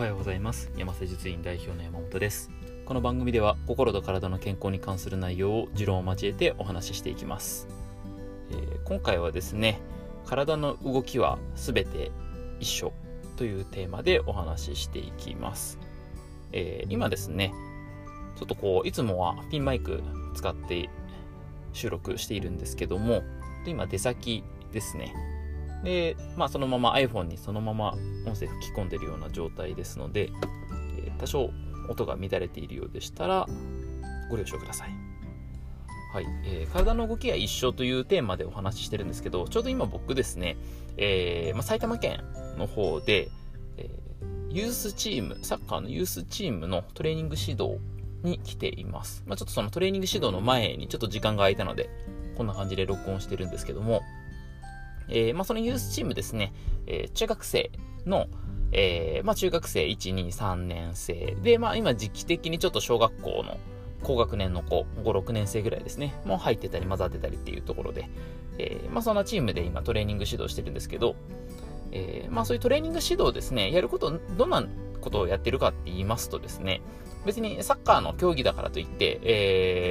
おはようございます。山瀬術院代表の山本です。この番組では心と体の健康に関する内容を持論を交えてお話ししていきます。今回はですね、体の動きはすべて一緒というテーマでお話ししていきます。今ですね、ちょっといつもはピンマイク使って収録しているんですけども、今出先ですね。で、そのまま iPhone にそのまま音声吹き込んでいるような状態ですので、多少音が乱れているようでしたらご了承ください。はい、体の動きが一緒というテーマでお話ししてるんですけど、ちょうど今僕ですね、埼玉県の方で、ユースチーム、サッカーのユースチームのトレーニング指導に来ています。ちょっとそのトレーニング指導の前にちょっと時間が空いたので、こんな感じで録音してるんですけども、そのユースチームですね、中学生の、中学生1、2、3年生で、今時期的にちょっと小学校の高学年の子、5、6年生ぐらいですね、もう入ってたり混ざってたりっていうところで、そんなチームで今トレーニング指導してるんですけど、そういうトレーニング指導ですね、やること、どんなことをやってるかって言いますとですね、別にサッカーの競技だからといって、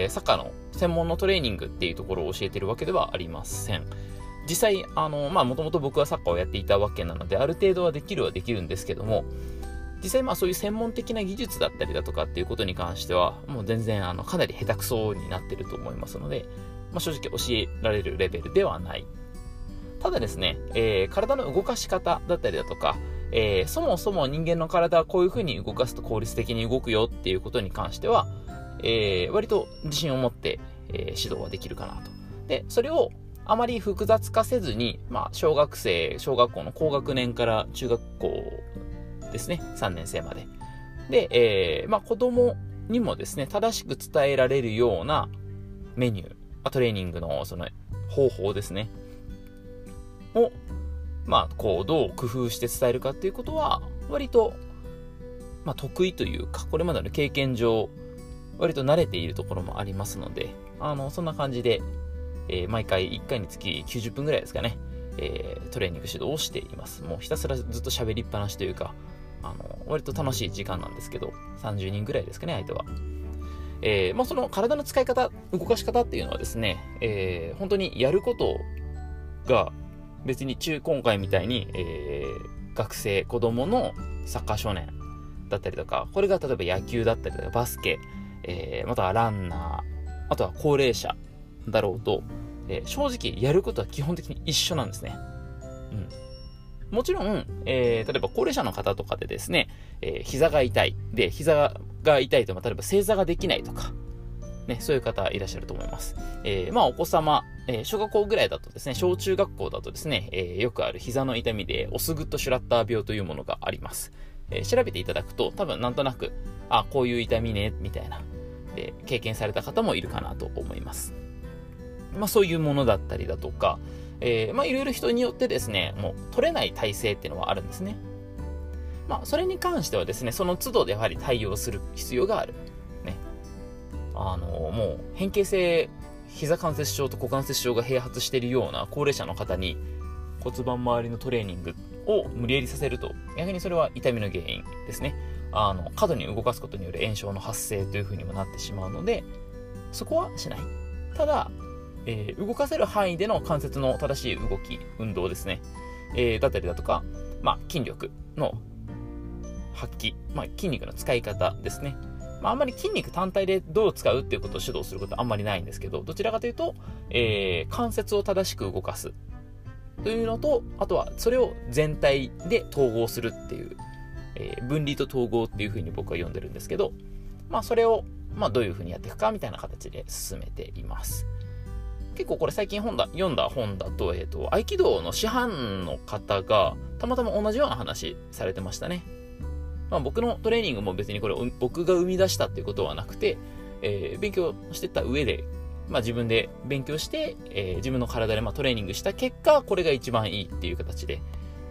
サッカーの専門のトレーニングっていうところを教えてるわけではありません。実際、もともと僕はサッカーをやっていたわけなので、ある程度はできるんですけども、実際そういう専門的な技術だったりだとかっていうことに関しては、もう全然かなり下手くそになってると思いますので、正直教えられるレベルではない。ただですね、体の動かし方だったりだとか、そもそも人間の体はこういう風に動かすと効率的に動くよっていうことに関しては、割と自信を持って、指導はできるかなと。で、それをあまり複雑化せずに、小学校の高学年から中学校ですね、3年生まで。で、子供にもですね、正しく伝えられるようなメニュー、トレーニングのその方法ですね、を、どう工夫して伝えるかっていうことは、割と、得意というか、これまでの経験上、割と慣れているところもありますので、そんな感じで、毎回1回につき90分ぐらいですかね、トレーニング指導をしています。もうひたすらずっと喋りっぱなしというか、割と楽しい時間なんですけど、30人ぐらいですかね、相手は。その体の使い方、動かし方っていうのはですね、本当にやることが別に今回みたいに、学生、子供のサッカー少年だったりとか、これが例えば野球だったりとかバスケ、またはランナー、あとは高齢者だろうと、正直やることは基本的に一緒なんですね。もちろん、例えば高齢者の方とかでですね、膝が痛い。で、膝が痛いと、例えば正座ができないとか、ね、そういう方いらっしゃると思います。お子様、小学校ぐらいだとですね、小中学校だとですね、よくある膝の痛みでオスグッドシュラッター病というものがあります。調べていただくと、多分なんとなく、こういう痛みね、みたいな、経験された方もいるかなと思います。そういうものだったりだとか、いろいろ人によってですね、もう取れない体勢っていうのはあるんですね。それに関してはですね、その都度でやはり対応する必要がある。ね。もう変形性膝関節症と股関節症が併発しているような高齢者の方に骨盤周りのトレーニングを無理やりさせると、逆にそれは痛みの原因ですね。過度に動かすことによる炎症の発生というふうにもなってしまうので、そこはしない。ただ、動かせる範囲での関節の正しい動き、運動ですね、だったりだとか、筋力の発揮、筋肉の使い方ですね。あんまり筋肉単体でどう使うっていうことを指導することはあんまりないんですけど、どちらかというと、関節を正しく動かすというのと、あとはそれを全体で統合するっていう、分離と統合っていうふうに僕は読んでるんですけど、それをどういうふうにやっていくかみたいな形で進めています。結構これ最近読んだ本だと、合気道の師範の方がたまたま同じような話されてましたね。僕のトレーニングも別にこれ僕が生み出したっていうことはなくて、勉強してった上で、自分で勉強して、自分の体でトレーニングした結果、これが一番いいっていう形で、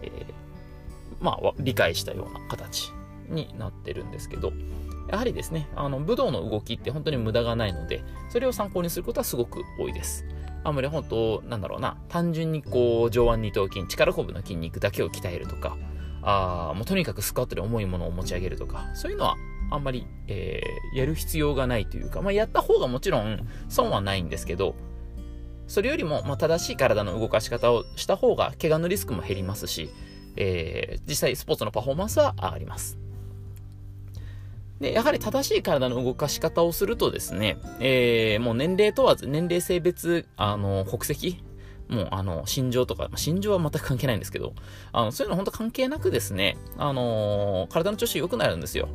理解したような形になってるんですけど、やはりですね、武道の動きって本当に無駄がないので、それを参考にすることはすごく多いです。あんまり本当、単純に上腕二頭筋、力こぶの筋肉だけを鍛えるとか、 もうとにかくスクワットで重いものを持ち上げるとか、そういうのはあんまり、やる必要がないというか、やった方がもちろん損はないんですけど、それよりも、正しい体の動かし方をした方が怪我のリスクも減りますし、実際スポーツのパフォーマンスは上がります。で、やはり正しい体の動かし方をするとですね、もう年齢問わず、年齢性別、国籍、もう心情とか、心情は全く関係ないんですけど、そういうの本当関係なくですね、体の調子良くなるんですよ。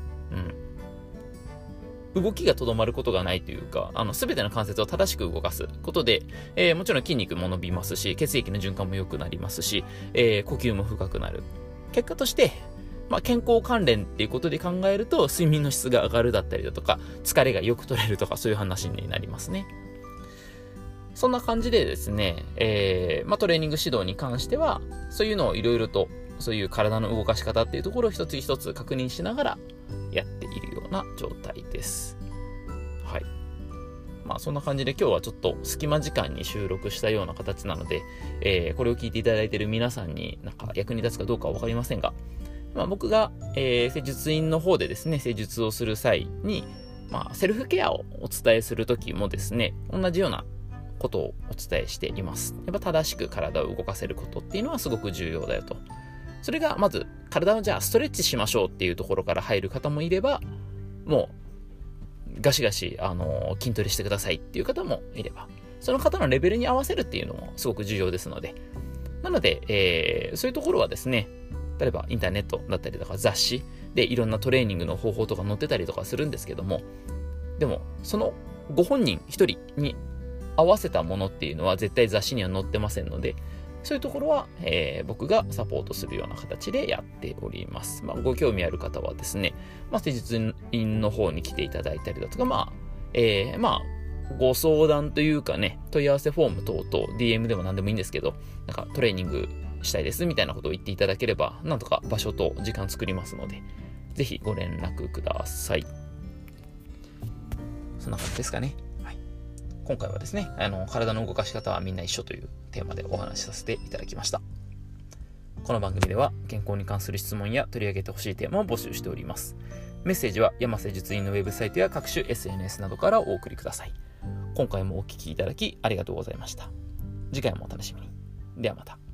動きがとどまることがないというか、すべての関節を正しく動かすことで、もちろん筋肉も伸びますし、血液の循環も良くなりますし、呼吸も深くなる。結果として、健康関連っていうことで考えると、睡眠の質が上がるだったりだとか、疲れがよく取れるとか、そういう話になりますね。そんな感じでですね、トレーニング指導に関しては、そういうのをいろいろと、そういう体の動かし方っていうところを一つ一つ確認しながらやっているような状態です。はい。そんな感じで今日はちょっと隙間時間に収録したような形なので、これを聞いていただいている皆さんになんか役に立つかどうかはわかりませんが、僕が、施術院の方でですね、施術をする際に、セルフケアをお伝えするときもですね、同じようなことをお伝えしています。やっぱ正しく体を動かせることっていうのはすごく重要だよと。それがまず体をじゃあストレッチしましょうっていうところから入る方もいれば、もうガシガシ筋トレしてくださいっていう方もいれば、その方のレベルに合わせるっていうのもすごく重要ですので、なので、そういうところはですね、例えばインターネットだったりとか雑誌でいろんなトレーニングの方法とか載ってたりとかするんですけども、でもそのご本人一人に合わせたものっていうのは絶対雑誌には載ってませんので、そういうところは、僕がサポートするような形でやっております。ご興味ある方はですね、施術院の方に来ていただいたりだとか、ご相談というかね、問い合わせフォーム等々、DM でも何でもいいんですけど、なんかトレーニングしたいですみたいなことを言っていただければ、なんとか場所と時間作りますので、ぜひご連絡ください。そんな感じですかね。今回はですね、体の動かし方はみんな一緒というテーマでお話しさせていただきました。この番組では健康に関する質問や取り上げてほしいテーマを募集しております。メッセージは山瀬術院のウェブサイトや各種 SNS などからお送りください。今回もお聞きいただきありがとうございました。次回もお楽しみに。ではまた。